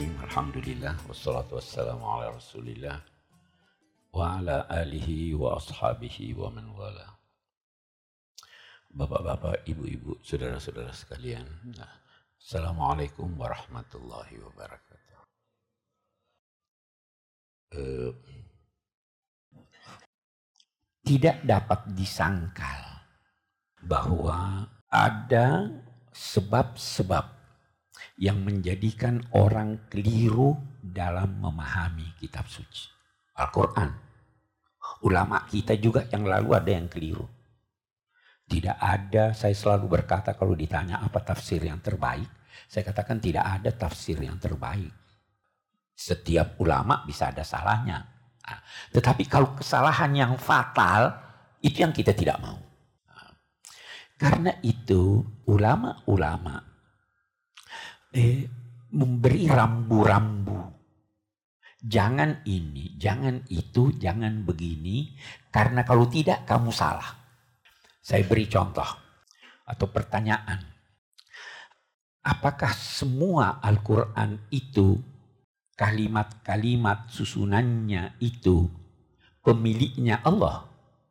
Bismillahirrahmanirrahim. Alhamdulillah wassalatu wassalamu ala Rasulillah wa ala alihi wa ashabihi wa man wala. Bapak-bapak, ibu-ibu, saudara-saudara sekalian. Assalamualaikum warahmatullahi wabarakatuh. Tidak dapat disangkal bahwa ada sebab-sebab yang menjadikan orang keliru dalam memahami kitab suci Al-Quran. Ulama kita juga yang lalu ada yang keliru. Tidak ada, saya selalu berkata kalau ditanya apa tafsir yang terbaik, saya katakan tidak ada tafsir yang terbaik. Setiap ulama bisa ada salahnya. Nah, tetapi kalau kesalahan yang fatal, itu yang kita tidak mau. Karena itu ulama-ulama memberi rambu-rambu. Jangan ini, jangan itu, jangan begini. Karena kalau tidak kamu salah. Saya beri contoh atau pertanyaan. Apakah semua Al-Quran itu kalimat-kalimat susunannya itu pemiliknya Allah?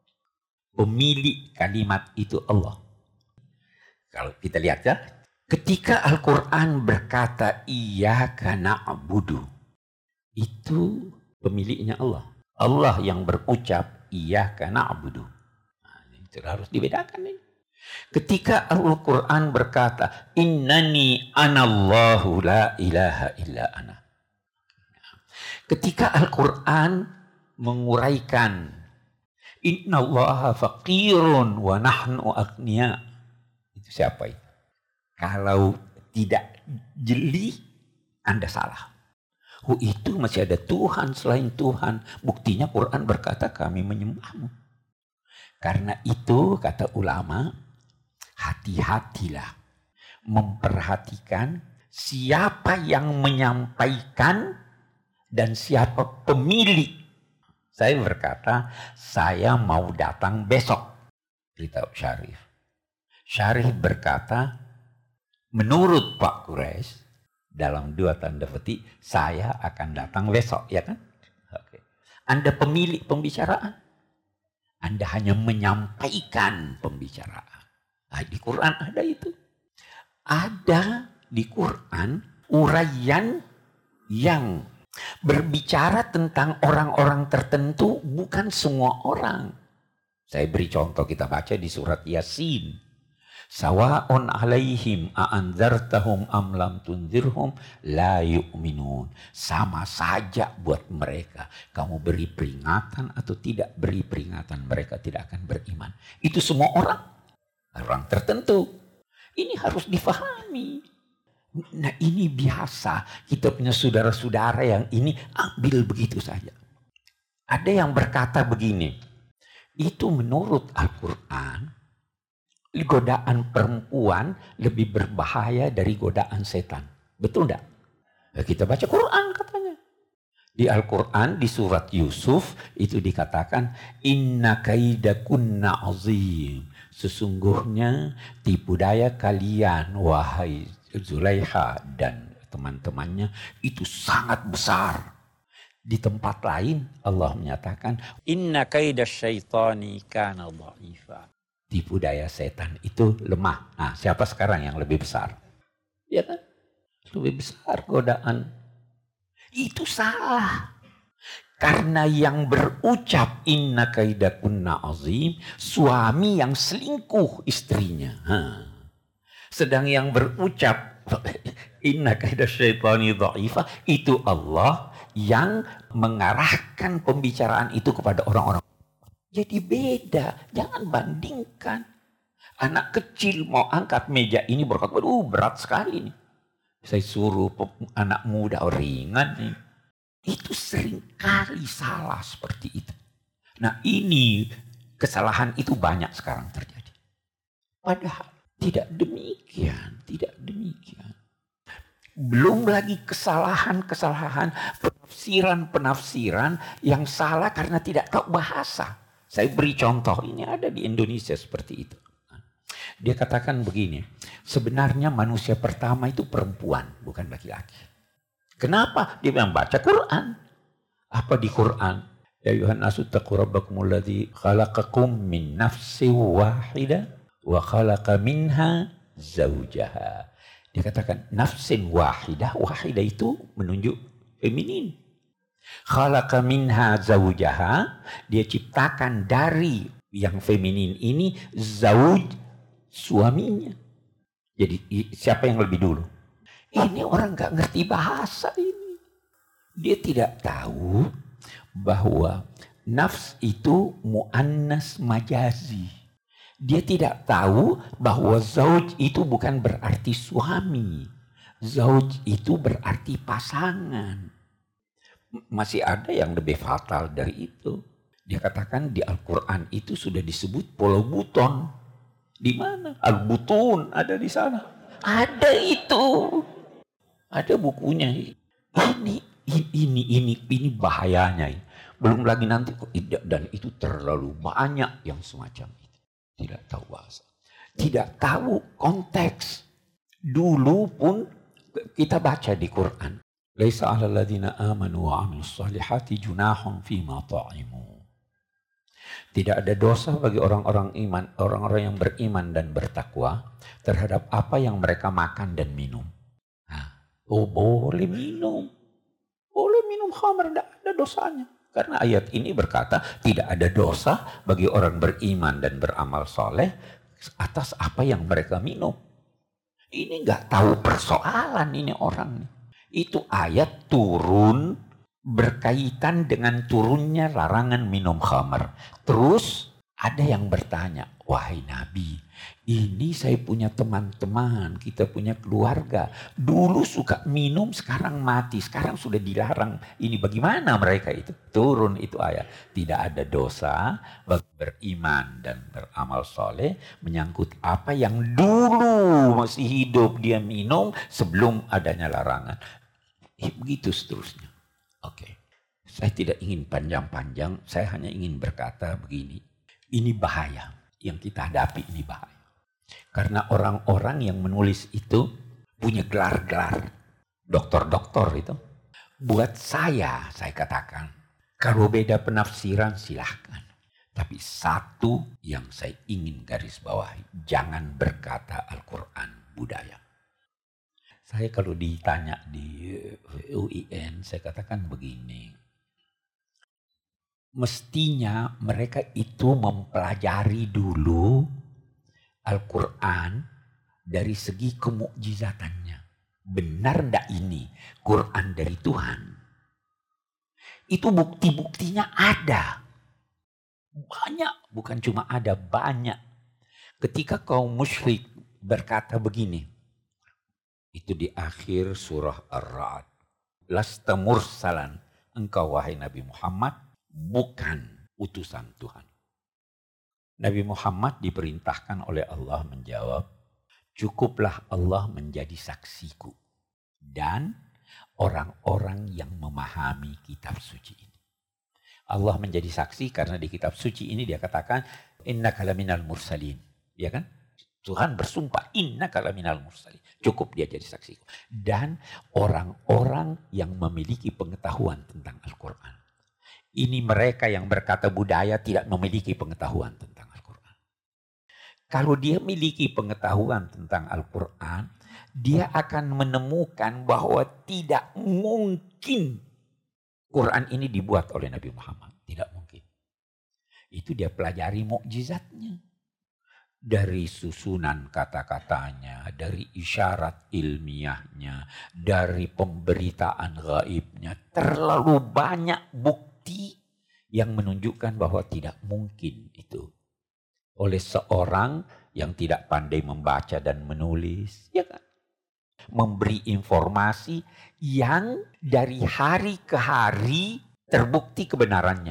Pemilik kalimat itu Allah. Kalau kita lihat ya. Ketika Al-Quran berkata iyyaka na'budu, itu pemiliknya Allah. Allah yang berucap iyyaka na'budu. Nah, itu harus dibedakan nih. Ketika Al-Quran berkata innani anallahu la ilaha illa ana. Ketika Al-Quran menguraikan innallaha faqirun wa nahnu aghnia. Itu siapa itu? Kalau tidak jeli, Anda salah. Itu masih ada Tuhan selain Tuhan. Buktinya Quran berkata kami menyembahmu. Karena itu kata ulama, hati-hatilah memperhatikan siapa yang menyampaikan dan siapa pemilik. Saya berkata, saya mau datang besok. Beritahu Syarif. Syarif berkata, menurut Pak Quraisy, dalam 2 tanda petik, saya akan datang besok, ya kan? Oke. Anda pemilik pembicaraan. Anda hanya menyampaikan pembicaraan. Nah, di Quran ada itu. Ada di Quran uraian yang berbicara tentang orang-orang tertentu, bukan semua orang. Saya beri contoh, kita baca di surat Yasin. Sawa'un alaihim a'anzartahum am lam tunzirhum la yu'minun. Sama saja buat mereka. Kamu beri peringatan atau tidak beri peringatan, mereka tidak akan beriman. Itu semua orang. Orang tertentu. Ini harus difahami. Nah, ini biasa. Kita punya saudara-saudara yang ini ambil begitu saja. Ada yang berkata begini. Itu menurut Al-Quran. Godaan perempuan lebih berbahaya dari godaan setan. Betul enggak? Ya, kita baca Quran katanya. Di Al-Quran di surat Yusuf itu dikatakan inna kaidakunna azim. Sesungguhnya tipu daya kalian wahai Zulaiha dan teman-temannya itu sangat besar. Di tempat lain Allah menyatakan inna kaidasyaitani kana dha'ifa. Tipu daya setan itu lemah. Nah, siapa sekarang yang lebih besar? Ya kan? Lebih besar godaan. Itu salah. Karena yang berucap inna kaidakunna azim, suami yang selingkuh istrinya. Sedang yang berucap inna kaidasyaitani dha'ifa, itu Allah yang mengarahkan pembicaraan itu kepada orang-orang. Jadi beda, jangan bandingkan. Anak kecil mau angkat meja ini berkata, berat sekali nih. Saya suruh anak muda ringan nih. Itu seringkali salah seperti itu. Nah, ini kesalahan itu banyak sekarang terjadi. Padahal tidak demikian, tidak demikian. Belum lagi kesalahan-kesalahan, penafsiran-penafsiran yang salah karena tidak tahu bahasa. Saya beri contoh, ini ada di Indonesia seperti itu. Dia katakan begini, sebenarnya manusia pertama itu perempuan, bukan laki-laki. Kenapa? Dia bilang baca Quran. Apa di Quran? Ya ayuhan nasu taqu rabbakumul ladzi khalaqakum min nafsin wahidah wa khalaqa minha zaujaha. Dia katakan nafsin wahidah, wahidah itu menunjuk feminin. Khalaqa minha zaujaha, dia ciptakan dari yang feminin ini zauj, suaminya. Jadi siapa yang lebih dulu? Ini orang gak ngerti bahasa ini. Dia tidak tahu bahwa nafs itu muannas majazi. Dia tidak tahu bahwa zauj itu bukan berarti suami. Zauj itu berarti pasangan. Masih ada yang lebih fatal dari itu. Dia katakan di Al-Quran itu sudah disebut pulau buton. Di mana? Al-Butun ada di sana. Ada itu. Ada bukunya. Ini bahayanya. Belum lagi nanti dan itu terlalu banyak yang semacam itu. Tidak tahu bahasa. Tidak tahu konteks. Dulu pun kita baca di Quran. Laisa 'alal ladzina amanu wa 'amilus shalihati junahun fima ta'imu. Tidak ada dosa bagi orang-orang iman, orang-orang yang beriman dan bertakwa terhadap apa yang mereka makan dan minum. Oh boleh minum. Boleh minum khamr, tidak ada dosanya. Karena ayat ini berkata tidak ada dosa bagi orang beriman dan beramal soleh atas apa yang mereka minum. Ini nggak tahu persoalan ini orang. Itu ayat turun berkaitan dengan turunnya larangan minum khamr. Terus ada yang bertanya, wahai Nabi, ini saya punya teman-teman, kita punya keluarga. Dulu suka minum, sekarang mati, sekarang sudah dilarang. Ini bagaimana mereka itu? Turun itu ayat. Tidak ada dosa bagi beriman dan beramal soleh menyangkut apa yang dulu masih hidup dia minum sebelum adanya larangan. Begitu seterusnya. Oke. Saya tidak ingin panjang-panjang, saya hanya ingin berkata begini. Ini bahaya, yang kita hadapi ini bahaya. Karena orang-orang yang menulis itu punya gelar-gelar doktor-doktor itu. Buat saya katakan, kalau beda penafsiran silahkan. Tapi satu yang saya ingin garis bawahi, jangan berkata Al-Quran budaya. Saya kalau ditanya di UIN, saya katakan begini. Mestinya mereka itu mempelajari dulu Al-Quran dari segi kemukjizatannya. Benar enggak ini Quran dari Tuhan? Itu bukti-buktinya ada. Banyak, bukan cuma ada, banyak. Ketika kaum musyrik berkata begini, itu di akhir surah Ar-Ra'd. Lasta mursalan, engkau wahai Nabi Muhammad bukan utusan Tuhan. Nabi Muhammad diperintahkan oleh Allah menjawab, cukuplah Allah menjadi saksiku dan orang-orang yang memahami kitab suci ini. Allah menjadi saksi karena di kitab suci ini dia katakan innaka laminal mursalin, ya kan? Tuhan bersumpah innaka laminal mursalin. Cukup dia jadi saksiku dan orang-orang yang memiliki pengetahuan tentang Al-Quran. Ini mereka yang berkata budaya tidak memiliki pengetahuan tentang Al-Quran. Kalau dia memiliki pengetahuan tentang Al-Quran, dia akan menemukan bahwa tidak mungkin Quran ini dibuat oleh Nabi Muhammad. Tidak mungkin. Itu dia pelajari mukjizatnya. Dari susunan kata-katanya, dari isyarat ilmiahnya, dari pemberitaan gaibnya. Terlalu banyak bukti yang menunjukkan bahwa tidak mungkin itu oleh seorang yang tidak pandai membaca dan menulis, ya kan? Memberi informasi yang dari hari ke hari terbukti kebenarannya.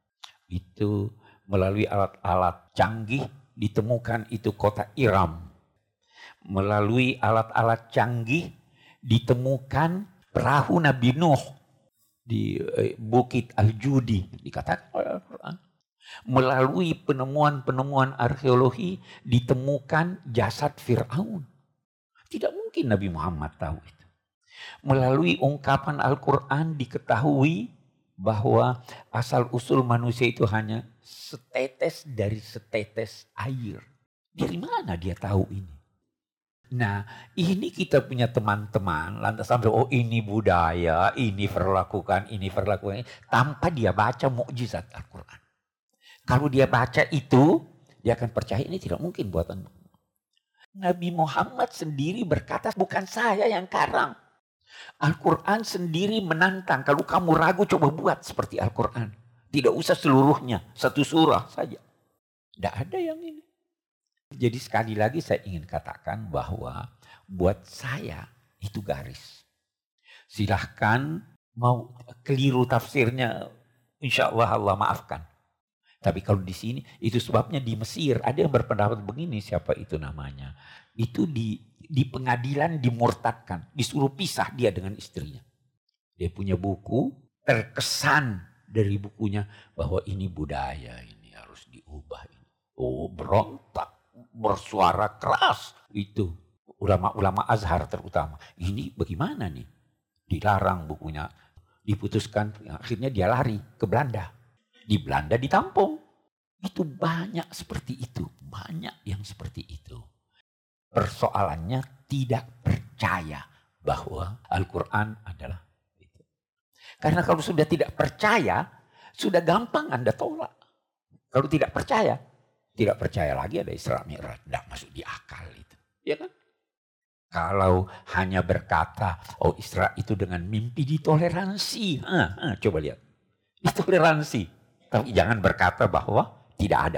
Itu melalui alat-alat canggih ditemukan itu kota Iram. Melalui alat-alat canggih ditemukan perahu Nabi Nuh di Bukit Al-Judi, dikatakan oleh Al-Quran. Melalui penemuan-penemuan arkeologi ditemukan jasad Fir'aun. Tidak mungkin Nabi Muhammad tahu itu. Melalui ungkapan Al-Quran diketahui bahwa asal-usul manusia itu hanya setetes dari setetes air. Dari mana dia tahu ini? Nah, ini kita punya teman-teman lantas sampai oh ini budaya, ini perlakukan, tanpa dia baca mukjizat Al-Quran. Kalau dia baca itu, dia akan percaya ini tidak mungkin buatan. Nabi Muhammad sendiri berkata bukan saya yang karang. Al-Quran sendiri menantang. Kalau kamu ragu coba buat seperti Al-Quran. Tidak usah seluruhnya, satu surah saja. Tidak ada yang ini. Jadi sekali lagi saya ingin katakan bahwa buat saya itu garis. Silahkan mau keliru tafsirnya, insya Allah Allah maafkan. Tapi kalau di sini itu sebabnya di Mesir ada yang berpendapat begini, siapa itu namanya? Itu di pengadilan dimurtadkan, disuruh pisah dia dengan istrinya. Dia punya buku, terkesan dari bukunya bahwa ini budaya, ini harus diubah. Oh berontak, bersuara keras itu. Ulama-ulama Azhar terutama. Ini bagaimana nih? Dilarang bukunya, diputuskan, akhirnya dia lari ke Belanda. Di Belanda ditampung. Itu banyak seperti itu, banyak yang seperti itu. Persoalannya tidak percaya bahwa Al-Quran adalah itu. Karena kalau sudah tidak percaya, sudah gampang Anda tolak. Kalau tidak percaya lagi ada Isra Mi'raj, tidak masuk di akal itu. Ya kan? Kalau hanya berkata, oh Isra itu dengan mimpi ditoleransi. Coba lihat, ditoleransi. Tapi jangan berkata bahwa tidak ada.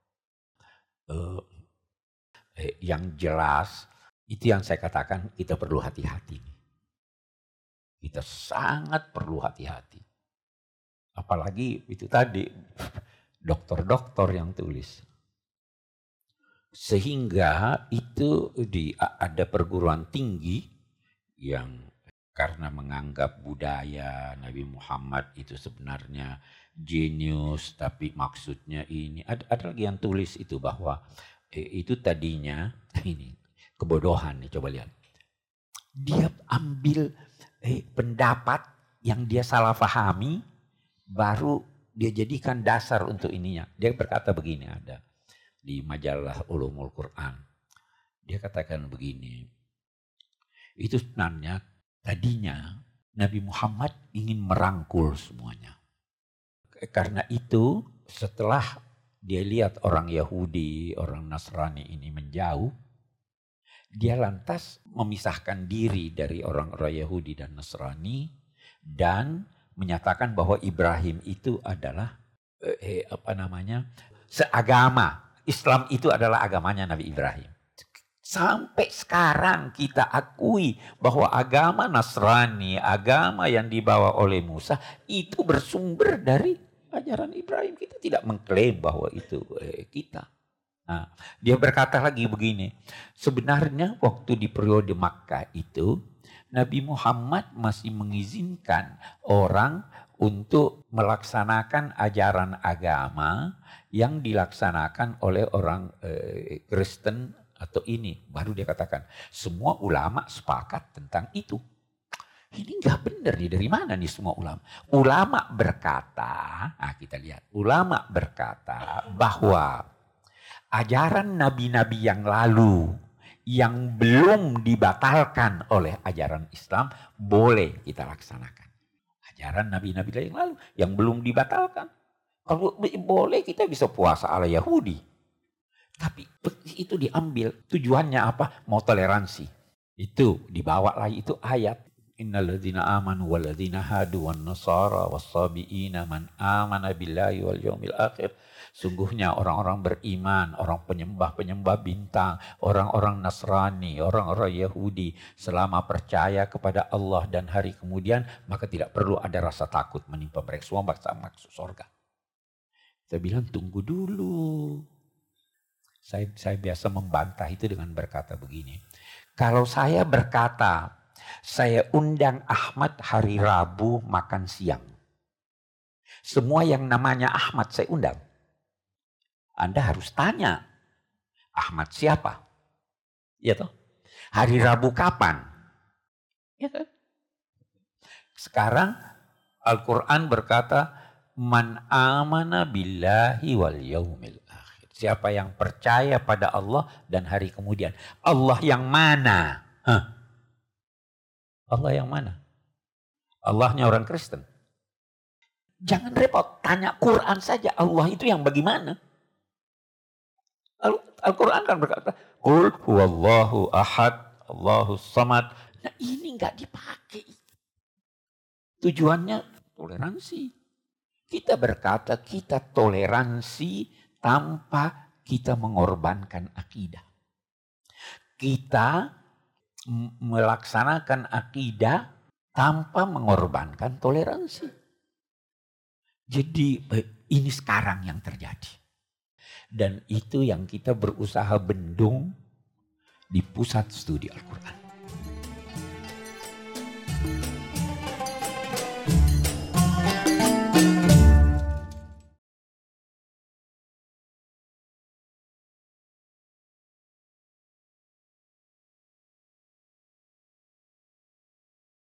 Yang jelas itu yang saya katakan kita perlu hati-hati. Kita sangat perlu hati-hati. Apalagi itu tadi dokter-dokter yang tulis. Sehingga itu ada perguruan tinggi yang karena menganggap budaya Nabi Muhammad itu sebenarnya jenius, tapi maksudnya ini. Ada lagi yang tulis itu bahwa itu tadinya ini kebodohan nih, coba lihat. Dia ambil pendapat yang dia salah pahami, baru dia jadikan dasar untuk ininya. Dia berkata begini, ada di majalah Ulumul Quran. Dia katakan begini, itu sebenarnya tadinya Nabi Muhammad ingin merangkul semuanya. Karena itu setelah dia lihat orang Yahudi, orang Nasrani ini menjauh, dia lantas memisahkan diri dari orang-orang Yahudi dan Nasrani dan menyatakan bahwa Ibrahim itu adalah seagama. Islam itu adalah agamanya Nabi Ibrahim. Sampai sekarang kita akui bahwa agama Nasrani, agama yang dibawa oleh Musa itu bersumber dari ajaran Ibrahim. Kita tidak mengklaim bahwa itu kita. Nah, dia berkata lagi begini, sebenarnya waktu di periode Makkah itu Nabi Muhammad masih mengizinkan orang untuk melaksanakan ajaran agama yang dilaksanakan oleh orang Kristen atau ini. Baru dia katakan semua ulama sepakat tentang itu. Ini nggak benar nih, dari mana nih semua ulama? Ulama berkata, kita lihat, ulama berkata bahwa ajaran nabi-nabi yang lalu yang belum dibatalkan oleh ajaran Islam boleh kita laksanakan. Ajaran nabi-nabi yang lalu yang belum dibatalkan. Kalau boleh kita bisa puasa ala Yahudi. Tapi itu diambil, tujuannya apa? Mau toleransi. Itu dibawa lagi, itu ayat. Innalladzina amanu walladzina hadu wan nasara wassabiina man amana billahi wal yaumil akhir. Sungguhnya orang-orang beriman, orang penyembah-penyembah bintang, orang-orang Nasrani, orang-orang Yahudi selama percaya kepada Allah dan hari kemudian, maka tidak perlu ada rasa takut menimpa mereka, semua masuk surga. Saya bilang tunggu dulu. Saya biasa membantah itu dengan berkata begini. Kalau saya berkata saya undang Ahmad hari Rabu makan siang. Semua yang namanya Ahmad saya undang. Anda harus tanya, Ahmad siapa? Ya toh? Hari Rabu kapan? Ya kan? Sekarang Al-Quran berkata, man amana billahi wal yaumil akhir. Siapa yang percaya pada Allah dan hari kemudian. Allah yang mana? Allah yang mana? Allahnya orang Kristen. Jangan repot, tanya Quran saja. Allah itu yang bagaimana? Al-Quran kan berkata, Qul huwallahu ahad, Allahu samad. Nah ini nggak dipakai. Tujuannya toleransi. Kita berkata kita toleransi tanpa kita mengorbankan akidah. Kita melaksanakan akidah tanpa mengorbankan toleransi. Jadi ini sekarang yang terjadi. Dan itu yang kita berusaha bendung di pusat studi Al-Quran.